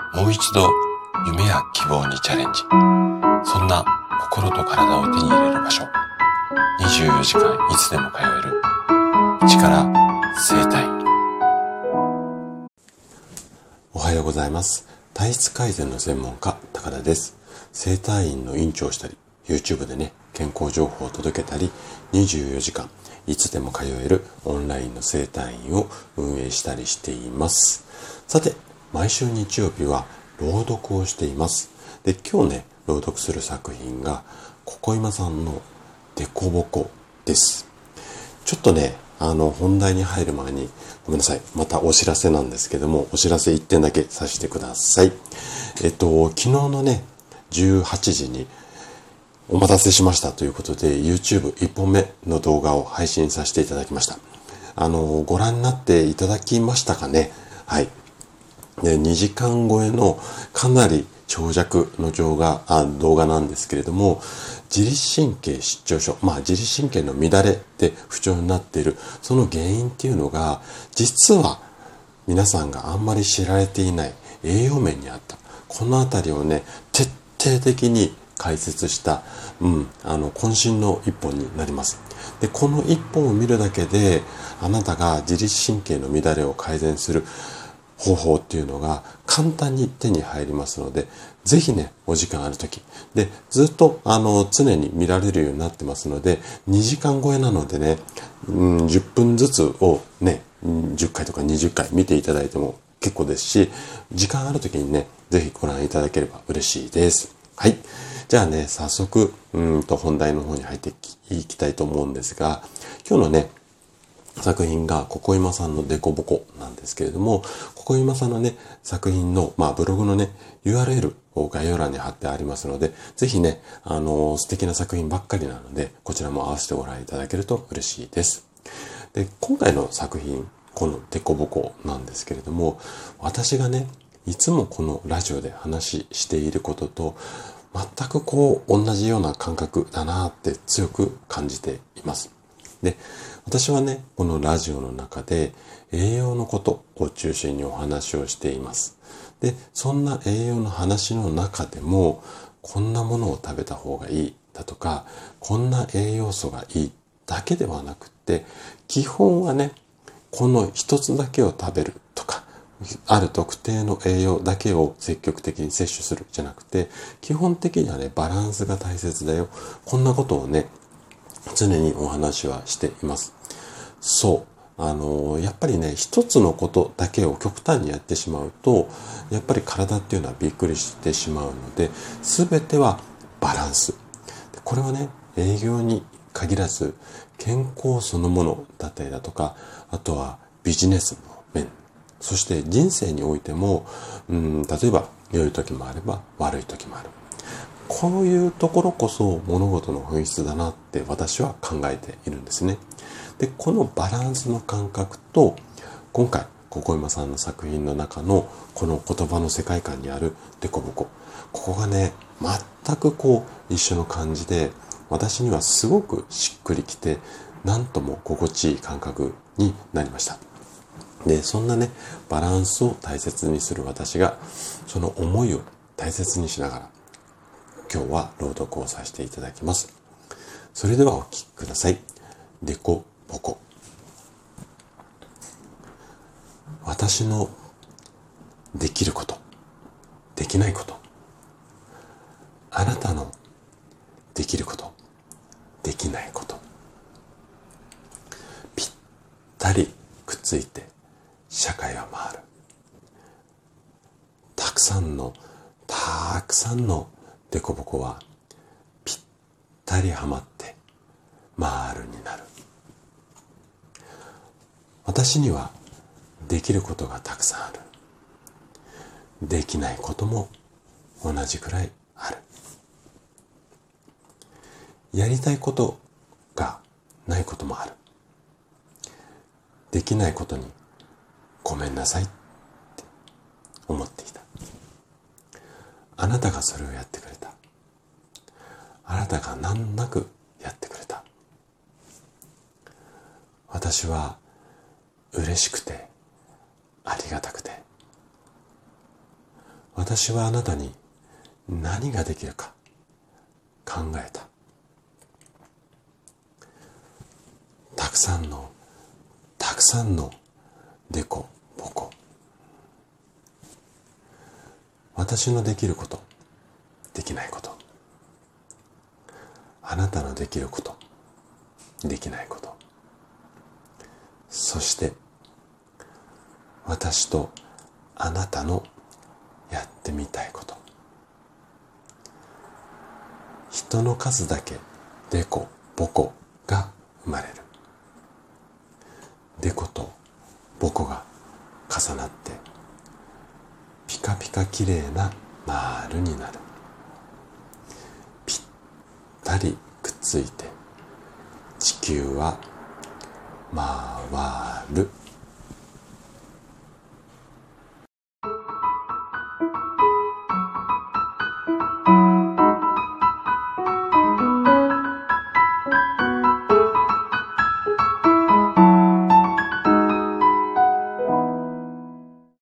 もう一度夢や希望にチャレンジ。そんな心と体を手に入れる場所。24時間いつでも通える一から整体。 おはようございます。体質改善の専門家高田です。整体院の院長をしたり YouTube でね健康情報を届けたり、24時間いつでも通えるオンラインの整体院を運営したりしています。さて、毎週日曜日は朗読をしています。で、今日ね朗読する作品がここいまさんのデコボコです。ちょっとね本題に入る前にごめんなさい。またお知らせなんですけども、お知らせ1点だけさせてください。昨日のね、18時にお待たせしましたということで、YouTube 1本目の動画を配信させていただきました。ご覧になっていただきましたかね。はい。で、2時間超えのかなり長尺の動画なんですけれども、自律神経失調症、自律神経の乱れで不調になっている、その原因っていうのが、実は皆さんがあんまり知られていない栄養面にあった。このあたりをね、徹底的に解説した、渾身の一本になります。で、この一本を見るだけで、あなたが自律神経の乱れを改善する方法っていうのが簡単に手に入りますので、ぜひね、お時間あるとき。で、ずっと常に見られるようになってますので、2時間超えなのでね、10分ずつをね、10回とか20回見ていただいても結構ですし、時間あるときにね、ぜひご覧いただければ嬉しいです。はい。じゃあね、早速、本題の方に入っていきたいと思うんですが、今日のね、作品がここいまさんのデコボコなんですけれども、ここいまさんのね、作品の、ブログのね、URL を概要欄に貼ってありますので、ぜひね、素敵な作品ばっかりなので、こちらも合わせてご覧いただけると嬉しいです。で、今回の作品、このデコボコなんですけれども、私がね、いつもこのラジオで話していることと、全く同じような感覚だなって強く感じています。で、私はね、このラジオの中で栄養のことを中心にお話をしています。で、そんな栄養の話の中でも、こんなものを食べた方がいいだとか、こんな栄養素がいいだけではなくって、基本はね、この一つだけを食べるとか、ある特定の栄養だけを積極的に摂取するじゃなくて、基本的にはね、バランスが大切だよ。こんなことをね、常にお話はしています。そう。やっぱりね、一つのことだけを極端にやってしまうと、やっぱり体っていうのはびっくりしてしまうので、すべてはバランス。これはね、営業に限らず、健康そのものだったりだとか、あとはビジネスの面、そして人生においても、例えば良い時もあれば悪い時もある。こういうところこそ物事の本質だなって私は考えているんですね。で、このバランスの感覚と、今回、ここいまさんの作品の中のこの言葉の世界観にあるデコボコ。ここがね、全く一緒の感じで、私にはすごくしっくりきて、なんとも心地いい感覚になりました。で、そんなね、バランスを大切にする私が、その思いを大切にしながら、今日は朗読をさせていただきます。それではお聞きください。デコボコ。私のできること、できないこと、あなたのできること、できないこと、ぴったりくっついて社会は回る。たくさんのデコボコはぴったりはまって丸になる。私にはできることがたくさんある。できないことも同じくらいある。やりたいことがないこともある。できないことにごめんなさいって思っていた。あなたがそれをやってくれた。あなたが難なくやってくれた。私は嬉しくてありがたくて私はあなたに何ができるか考えた。たくさんのデコボコ。私のできること、できないこと。あなたのできること、できないこと。そして私とあなたのやってみたいこと。人の数だけデコボコが生まれる。デコとボコが重なってピカピカきれいな丸になる。ぴったりくっついて地球は回る。